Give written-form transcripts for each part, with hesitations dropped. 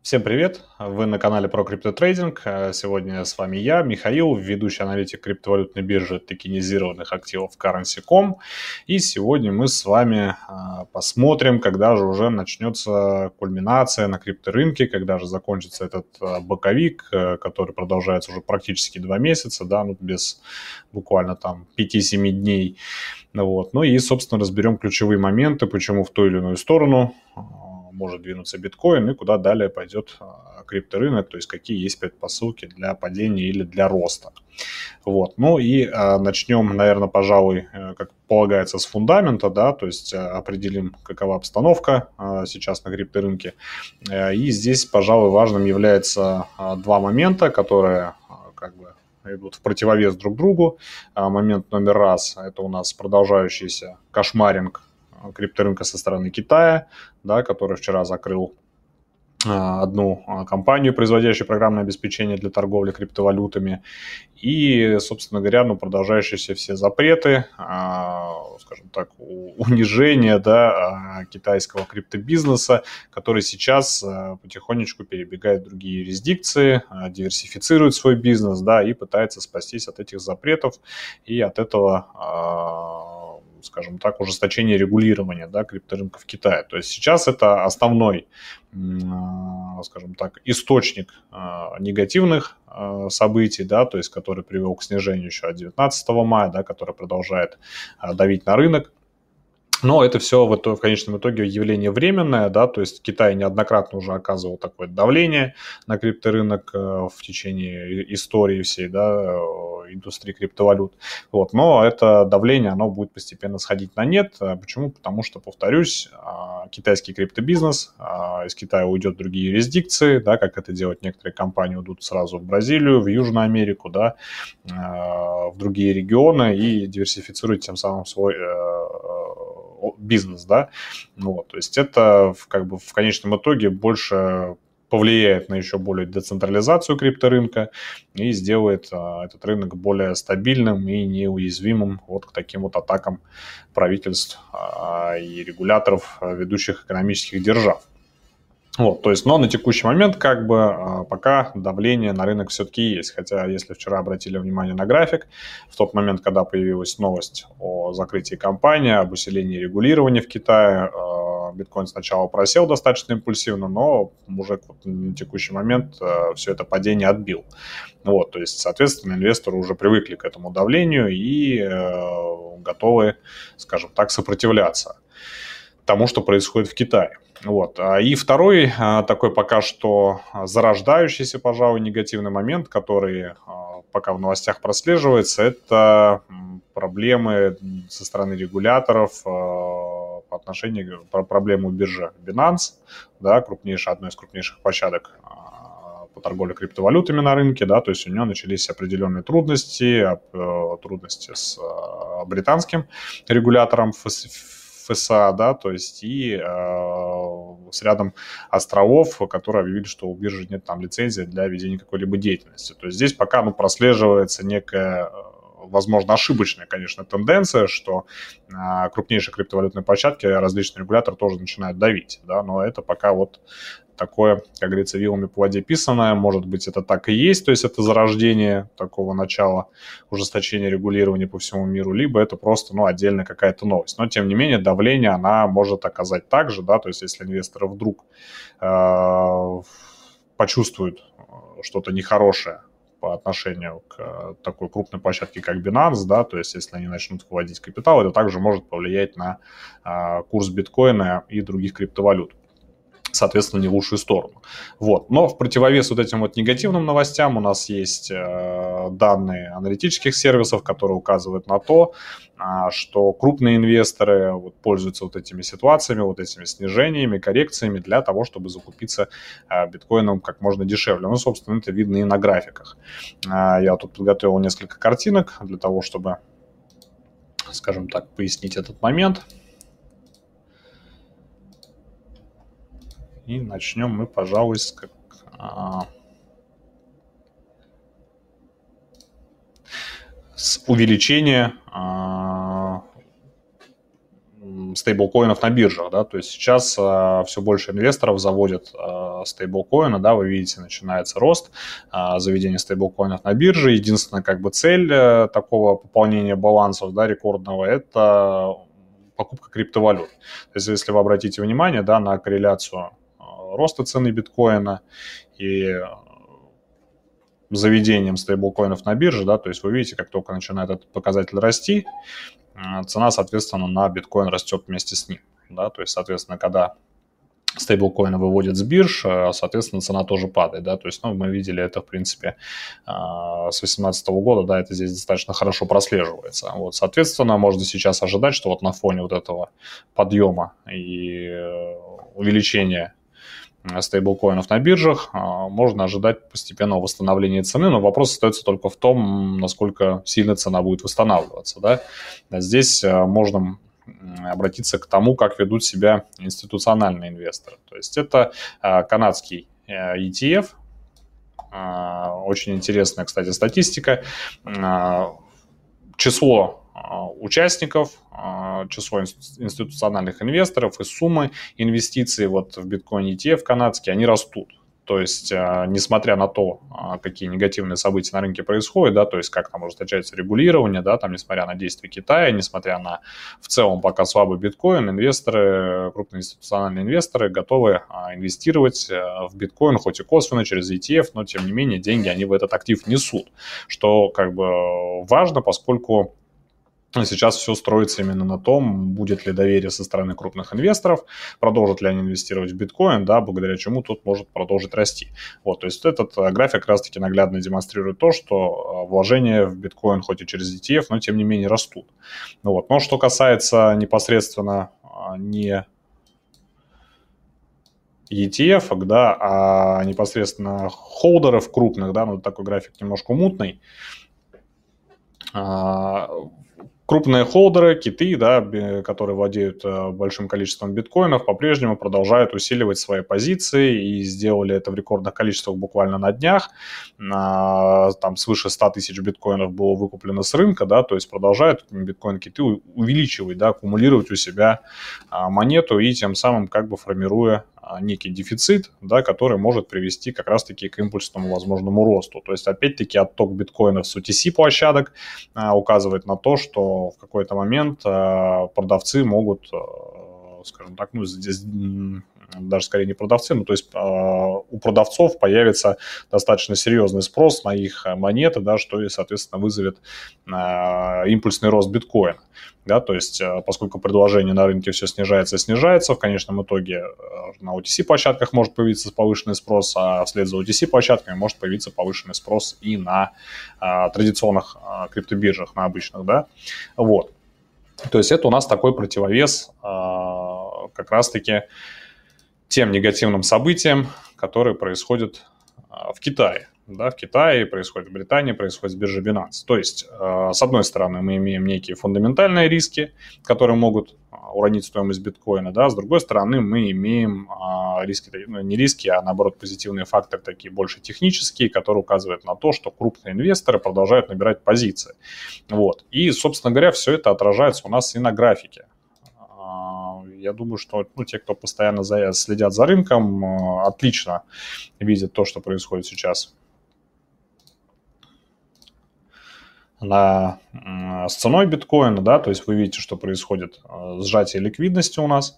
Всем привет! Вы на канале про криптотрейдинг. Сегодня с вами я, Михаил, ведущий аналитик криптовалютной биржи токенизированных активов Currency.com. И сегодня мы с вами посмотрим, когда же уже начнется кульминация на крипторынке, когда же закончится этот боковик, который продолжается уже практически 2 месяца, да, ну, без буквально там 5-7 дней. Вот. Ну и, собственно, разберем ключевые моменты, почему в ту или иную сторону может двинуться биткоин и куда далее пойдет крипторынок, то есть какие есть предпосылки для падения или для роста. Вот. Ну и начнем, наверное, пожалуй, как полагается, с фундамента, да, то есть определим, какова обстановка сейчас на крипторынке. И здесь, пожалуй, важным является два момента, которые как бы идут в противовес друг другу. Момент номер раз – это у нас продолжающийся кошмаринг крипторынка со стороны Китая, да, который вчера закрыл одну компанию, производящую программное обеспечение для торговли криптовалютами. И, собственно говоря, ну, продолжающиеся все запреты, скажем так, унижение, да, китайского криптобизнеса, который сейчас потихонечку перебегает в другие юрисдикции, диверсифицирует свой бизнес, да, и пытается спастись от этих запретов и от этого, скажем так, ужесточения регулирования, да, крипторынка в Китае. То есть сейчас это основной, скажем так, источник негативных событий, да, то есть который привел к снижению еще от 19 мая, да, который продолжает давить на рынок. Но это все в конечном итоге явление временное, да, то есть Китай неоднократно уже оказывал такое давление на крипторынок в течение истории всей, да, индустрии криптовалют. Вот, но это давление, оно будет постепенно сходить на нет. Почему? Потому что, повторюсь, китайский криптобизнес из Китая уйдет в другие юрисдикции, да, как это делают некоторые компании, уйдут сразу в Бразилию, в Южную Америку, да, в другие регионы и диверсифицируют тем самым свой бизнес, да, вот, то есть это как бы в конечном итоге больше повлияет на еще более децентрализацию крипторынка и сделает этот рынок более стабильным и неуязвимым вот к таким вот атакам правительств и регуляторов ведущих экономических держав. Вот, то есть, но на текущий момент как бы пока давление на рынок все-таки есть. Хотя, если вчера обратили внимание на график, в тот момент, когда появилась новость о закрытии компании, об усилении регулирования в Китае, биткоин сначала просел достаточно импульсивно, но уже на текущий момент все это падение отбил. Вот, то есть, соответственно, инвесторы уже привыкли к этому давлению и готовы, скажем так, сопротивляться тому, что происходит в Китае. Вот. И второй такой пока что зарождающийся, пожалуй, негативный момент, который пока в новостях прослеживается, это проблемы со стороны регуляторов по отношению к проблему биржи Binance, да, одной из крупнейших площадок по торговле криптовалютами на рынке, да, то есть у нее начались определенные трудности, трудности с британским регулятором ФСА, да, то есть и с рядом островов, которые объявили, что у биржи нет там лицензии для ведения какой-либо деятельности. То есть здесь пока прослеживается некая, возможно, ошибочная, конечно, тенденция, что крупнейшие криптовалютные площадки различные регуляторы тоже начинают давить, да, но это пока вот такое, как говорится, вилами по воде писаное. Может быть, это так и есть, то есть это зарождение такого начала ужесточения регулирования по всему миру, либо это просто, ну, отдельная какая-то новость. Но, тем не менее, давление она может оказать также, да, то есть если инвесторы вдруг почувствуют что-то нехорошее по отношению к такой крупной площадке, как Binance, да, то есть если они начнут выводить капитал, это также может повлиять на курс биткоина и других криптовалют, соответственно, не в лучшую сторону. Вот. Но в противовес вот этим вот негативным новостям у нас есть данные аналитических сервисов, которые указывают на то, что крупные инвесторы вот пользуются вот этими ситуациями, вот этими снижениями, коррекциями для того, чтобы закупиться биткоином как можно дешевле. Ну, собственно, это видно и на графиках. Я тут подготовил несколько картинок для того, чтобы, скажем так, пояснить этот момент. И начнем мы, пожалуй, с увеличения стейблкоинов на биржах, да, то есть сейчас все больше инвесторов заводят стейблкоины, да, вы видите, начинается рост заведения стейблкоинов на бирже. Единственная как бы цель такого пополнения балансов, да, рекордного, это покупка криптовалют. То есть если вы обратите внимание, да, на корреляцию роста цены биткоина и заведением стейблкоинов на бирже, да, то есть вы видите, как только начинает этот показатель расти, цена, соответственно, на биткоин растет вместе с ним, да, то есть, соответственно, когда стейблкоины выводят с бирж, соответственно, цена тоже падает, да, то есть, ну, мы видели это, в принципе, с 2018 года, да, это здесь достаточно хорошо прослеживается, вот, соответственно, можно сейчас ожидать, что вот на фоне вот этого подъема и увеличения стейблкоинов на биржах можно ожидать постепенного восстановления цены, но вопрос остается только в том, насколько сильно цена будет восстанавливаться, да. Здесь можно обратиться к тому, как ведут себя институциональные инвесторы. То есть это канадский ETF, очень интересная, кстати, статистика. Число участников, число институциональных инвесторов и суммы инвестиций вот в биткоин ETF канадские, они растут. То есть, несмотря на то, какие негативные события на рынке происходят, да, то есть, как там ужесточается регулирование, да, там, несмотря на действия Китая, несмотря на в целом пока слабый биткоин, инвесторы, крупные институциональные инвесторы готовы инвестировать в биткоин, хоть и косвенно, через ETF, но, тем не менее, деньги они в этот актив несут, что, как бы, важно, поскольку сейчас все строится именно на том, будет ли доверие со стороны крупных инвесторов, продолжат ли они инвестировать в биткоин, да, благодаря чему тот может продолжить расти. Вот, то есть этот график как раз-таки наглядно демонстрирует то, что вложения в биткоин хоть и через ETF, но тем не менее растут. Ну, вот. Но что касается непосредственно не ETF, да, а непосредственно холдеров крупных, да, ну такой график немножко мутный. Крупные холдеры, киты, да, которые владеют большим количеством биткоинов, по-прежнему продолжают усиливать свои позиции и сделали это в рекордных количествах буквально на днях. Там свыше 100 тысяч биткоинов было выкуплено с рынка, да, то есть продолжают биткоин-киты увеличивать, да, аккумулировать у себя монету и тем самым как бы формируя некий дефицит, да, который может привести как раз-таки к импульсному возможному росту. То есть, опять-таки, отток биткоинов с OTC-площадок указывает на то, что в какой-то момент продавцы могут, скажем так, ну, здесь даже скорее не продавцы, ну, то есть у продавцов появится достаточно серьезный спрос на их монеты, да, что и, соответственно, вызовет импульсный рост биткоина. Да, то есть, поскольку предложение на рынке все снижается, в конечном итоге на OTC-площадках может появиться повышенный спрос, а вслед за OTC-площадками может появиться повышенный спрос и на традиционных криптобиржах, на обычных, да, вот. То есть это у нас такой противовес как раз-таки тем негативным событиям, которые происходят в Китае. Да, в Китае происходит, в Британии происходит с биржей Binance. То есть, с одной стороны, мы имеем некие фундаментальные риски, которые могут уронить стоимость биткоина, да, с другой стороны, мы имеем риски, ну, не риски, а наоборот позитивные факторы, такие больше технические, которые указывают на то, что крупные инвесторы продолжают набирать позиции. Вот. И, собственно говоря, все это отражается у нас и на графике. Я думаю, что те, кто постоянно следят за рынком, отлично видят то, что происходит сейчас с ценой биткоина, да, то есть вы видите, что происходит сжатие ликвидности у нас.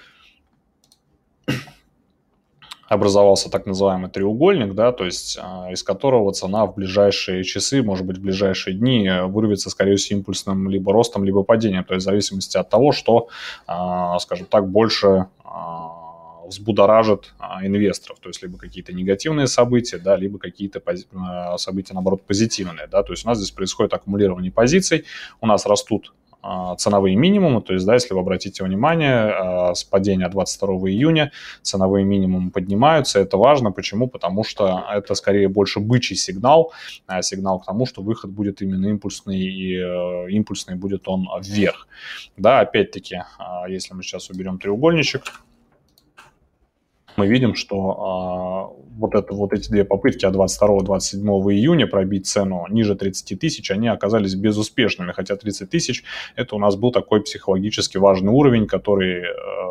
Образовался так называемый треугольник, да, то есть из которого цена в ближайшие часы, может быть, в ближайшие дни вырвется, скорее всего, импульсным либо ростом, либо падением, то есть в зависимости от того, что, скажем так, больше взбудоражит инвесторов, то есть либо какие-то негативные события, да, либо какие-то события, наоборот, позитивные, да, то есть у нас здесь происходит аккумулирование позиций, у нас растут ценовые минимумы, то есть, да, если вы обратите внимание, с падения 22 июня ценовые минимумы поднимаются, это важно, почему? Потому что это скорее больше бычий сигнал, сигнал к тому, что выход будет именно импульсный, и импульсный будет он вверх, да, опять-таки, если мы сейчас уберем треугольничек, мы видим, что вот эти две попытки от 22-27 июня пробить цену ниже 30 тысяч, они оказались безуспешными, хотя 30 тысяч это у нас был такой психологически важный уровень, который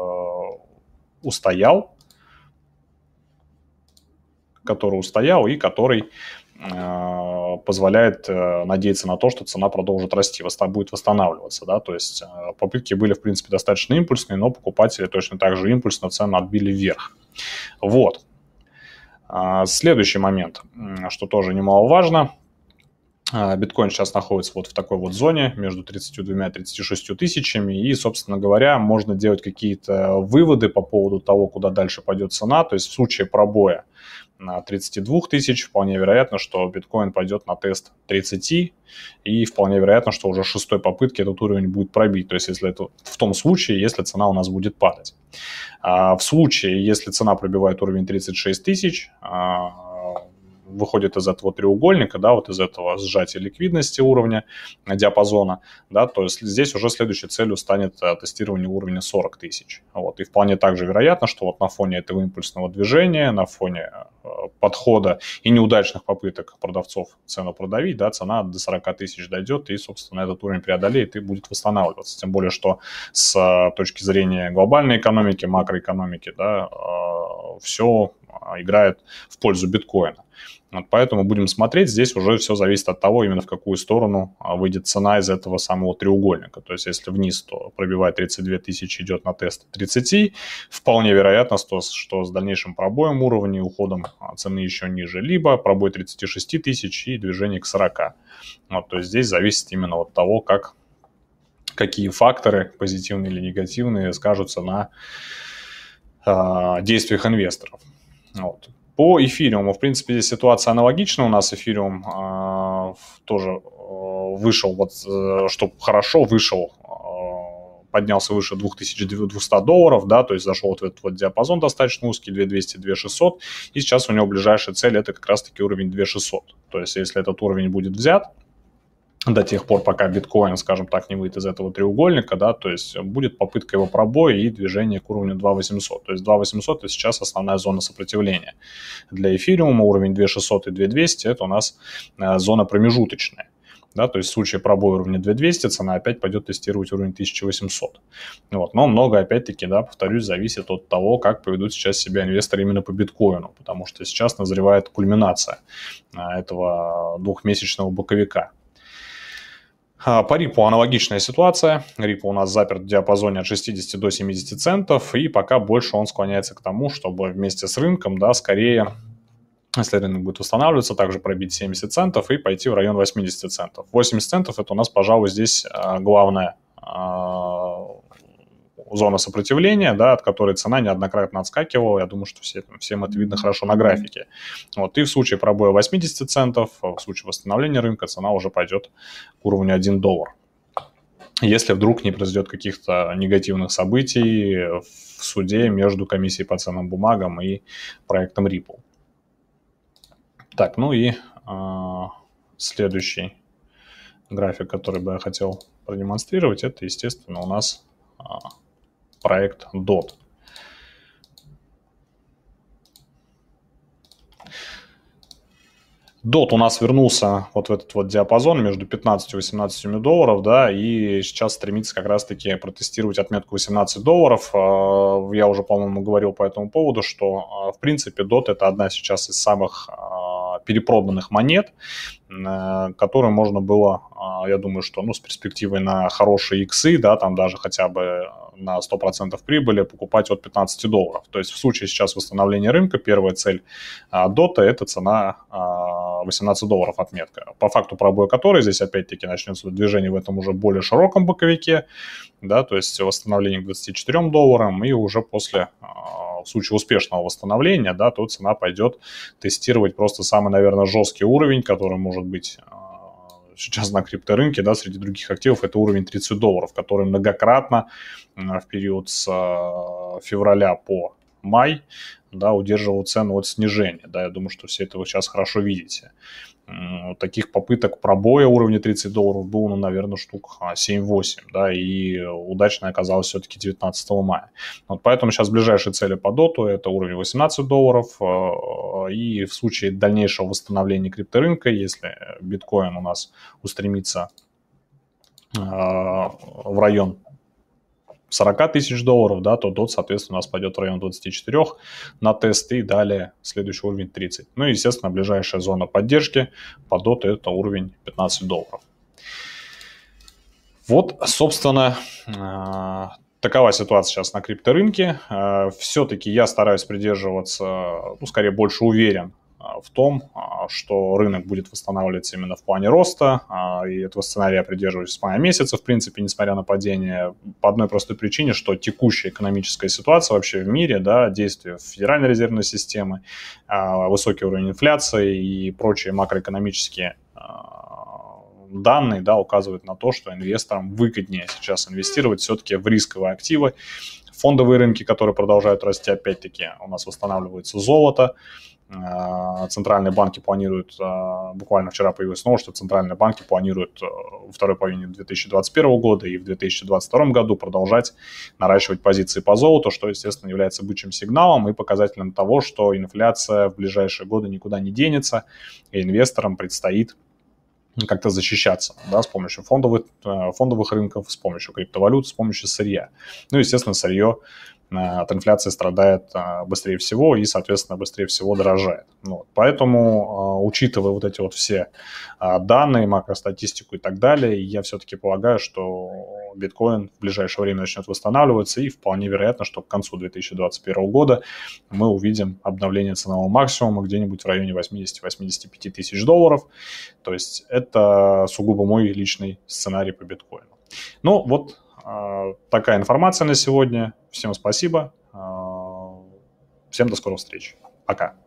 устоял и который позволяет надеяться на то, что цена продолжит расти, будет восстанавливаться. Да? То есть попытки были, в принципе, достаточно импульсные, но покупатели точно так же импульсно цену отбили вверх. Вот. Следующий момент, что тоже немаловажно. Биткоин сейчас находится вот в такой вот зоне между 32 и 36 тысячами, и, собственно говоря, можно делать какие-то выводы по поводу того, куда дальше пойдет цена. То есть в случае пробоя на 32 тысяч вполне вероятно, что биткоин пойдет на тест 30, и вполне вероятно, что уже с шестой попытки этот уровень будет пробить. То есть если это в том случае, если цена у нас будет падать. В случае, если цена пробивает уровень 36 тысяч, выходит из этого треугольника, да, вот из этого сжатия ликвидности уровня диапазона, да, то есть здесь уже следующей целью станет тестирование уровня 40 тысяч. Вот, и вполне также вероятно, что вот на фоне этого импульсного движения, на фоне подхода и неудачных попыток продавцов цену продавить, да, цена до 40 тысяч дойдет и, собственно, этот уровень преодолеет и будет восстанавливаться. Тем более, что с точки зрения глобальной экономики, макроэкономики, да, все играет в пользу биткоина. Вот поэтому будем смотреть. Здесь уже все зависит от того, именно в какую сторону выйдет цена из этого самого треугольника. То есть если вниз, то пробивает 32 тысячи, идет на тест 30. Вполне вероятно, что с дальнейшим пробоем уровня и уходом цены еще ниже. Либо пробой 36 тысяч и движение к 40. Вот, то есть здесь зависит именно от того, какие факторы, позитивные или негативные, скажутся на действиях инвесторов. Вот. По эфириуму, в принципе, здесь ситуация аналогична. У нас эфириум тоже вышел, вот, что хорошо, поднялся выше $2200, да, то есть зашел вот в этот вот диапазон достаточно узкий, 2200-2600, и сейчас у него ближайшая цель это как раз-таки уровень 2600. То есть если этот уровень будет взят, до тех пор, пока биткоин, скажем так, не выйдет из этого треугольника, да, то есть будет попытка его пробоя и движение к уровню 2800. То есть 2800 это сейчас основная зона сопротивления. Для эфириума уровень 2600 и 2200 это у нас зона промежуточная. Да, то есть в случае пробоя уровня 2200 цена опять пойдет тестировать уровень 1800. Вот. Но много, опять-таки, да, повторюсь, зависит от того, как поведут сейчас себя инвесторы именно по биткоину, потому что сейчас назревает кульминация этого двухмесячного боковика. По рипу аналогичная ситуация. Рипу у нас заперт в диапазоне от 60 до 70 центов, и пока больше он склоняется к тому, чтобы вместе с рынком, да, скорее, если рынок будет восстанавливаться, также пробить 70 центов и пойти в район 80 центов. 80 центов это у нас, пожалуй, здесь главная зона сопротивления, да, от которой цена неоднократно отскакивала. Я думаю, что всем это видно хорошо на графике. Вот. И в случае пробоя 80 центов, в случае восстановления рынка, цена уже пойдет к уровню $1. Если вдруг не произойдет каких-то негативных событий в суде между комиссией по ценным бумагам и проектом Ripple. Так, ну и следующий график, который бы я хотел продемонстрировать, это, естественно, у нас проект DOT. DOT у нас вернулся вот в этот вот диапазон между 15 и 18 долларов, да, и сейчас стремится как раз-таки протестировать отметку $18. Я уже, по-моему, говорил по этому поводу, что, в принципе, DOT это одна сейчас из самых перепроданных монет, которую можно было, я думаю, что, ну, с перспективой на хорошие иксы, да, там даже хотя бы на 100% прибыли покупать от $15. То есть в случае сейчас восстановления рынка первая цель DOT это цена $18 отметка. По факту пробоя которой здесь опять-таки начнется движение в этом уже более широком боковике, да, то есть восстановление к $24, и уже после, в случае успешного восстановления, да, то цена пойдет тестировать просто самый, наверное, жесткий уровень, который может быть сейчас на крипторынке, да, среди других активов, это уровень $30, который многократно в период с февраля по май, да, удерживал цену от снижения. Да, я думаю, что все это вы сейчас хорошо видите. Таких попыток пробоя уровня $30 было, ну, наверное, штук 7-8, да, и удачно оказалось все-таки 19 мая. Вот поэтому сейчас ближайшие цели по доту – это уровень $18, и в случае дальнейшего восстановления крипторынка, если биткоин у нас устремится в район $40 тысяч, да, то DOT, соответственно, у нас пойдет в район 24 на тест, и далее следующий уровень 30. Ну и, естественно, ближайшая зона поддержки по DOT это уровень $15. Вот, собственно, такова ситуация сейчас на крипторынке. Все-таки я стараюсь придерживаться, ну, скорее, больше уверен в том, что рынок будет восстанавливаться именно в плане роста, и этого сценария я придерживаюсь с мая месяца, в принципе, несмотря на падение, по одной простой причине, что текущая экономическая ситуация вообще в мире, да, действия Федеральной резервной системы, высокий уровень инфляции и прочие макроэкономические данные, да, указывают на то, что инвесторам выгоднее сейчас инвестировать все-таки в рисковые активы. Фондовые рынки, которые продолжают расти, опять-таки, у нас восстанавливается золото. Центральные банки планируют, буквально вчера появилась новость, что центральные банки планируют во второй половине 2021 года и в 2022 году продолжать наращивать позиции по золоту, что, естественно, является бычьим сигналом и показателем того, что инфляция в ближайшие годы никуда не денется, и инвесторам предстоит как-то защищаться, да, с помощью фондовых рынков, с помощью криптовалют, с помощью сырья. Ну, естественно, сырье от инфляции страдает быстрее всего и, соответственно, быстрее всего дорожает. Вот. Поэтому, учитывая вот эти вот все данные, макростатистику и так далее, я все-таки полагаю, что биткоин в ближайшее время начнет восстанавливаться, и вполне вероятно, что к концу 2021 года мы увидим обновление ценового максимума где-нибудь в районе 80-85 тысяч долларов. То есть это сугубо мой личный сценарий по биткоину. Ну вот такая информация на сегодня. Всем спасибо. Всем до скорых встреч. Пока.